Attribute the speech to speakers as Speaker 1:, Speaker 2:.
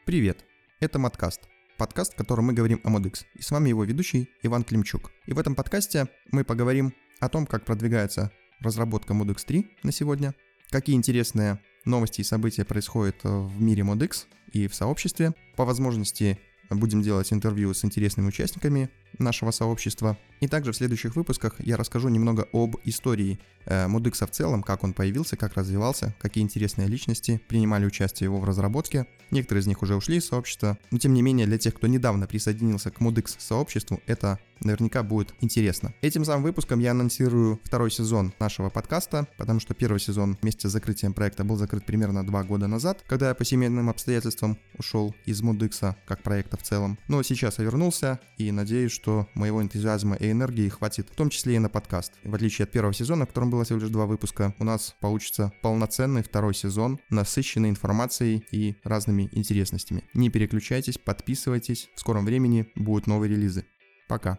Speaker 1: Привет, это Модкаст, подкаст, в котором мы говорим о ModX, и с вами его ведущий Иван Климчук. И в этом подкасте мы поговорим о том, как продвигается разработка ModX 3 на сегодня, какие интересные новости и события происходят в мире ModX и в сообществе. По возможности будем делать интервью с интересными участниками нашего сообщества. И также в следующих выпусках я расскажу немного об истории ModX в целом, как он появился, как развивался, какие интересные личности принимали участие его в разработке. Некоторые из них уже ушли из сообщества, но тем не менее для тех, кто недавно присоединился к ModX сообществу, это наверняка будет интересно. Этим самым выпуском я анонсирую второй сезон нашего подкаста, потому что первый сезон вместе с закрытием проекта был закрыт примерно 2 года назад, когда я по семейным обстоятельствам ушел из ModX как проекта в целом. Но сейчас я вернулся и надеюсь, что моего энтузиазма и энергии хватит, в том числе и на подкаст. В отличие от первого сезона, в котором было всего лишь 2 выпуска, у нас получится полноценный второй сезон, насыщенный информацией и разными интересностями. Не переключайтесь, подписывайтесь, в скором времени будут новые релизы. Пока.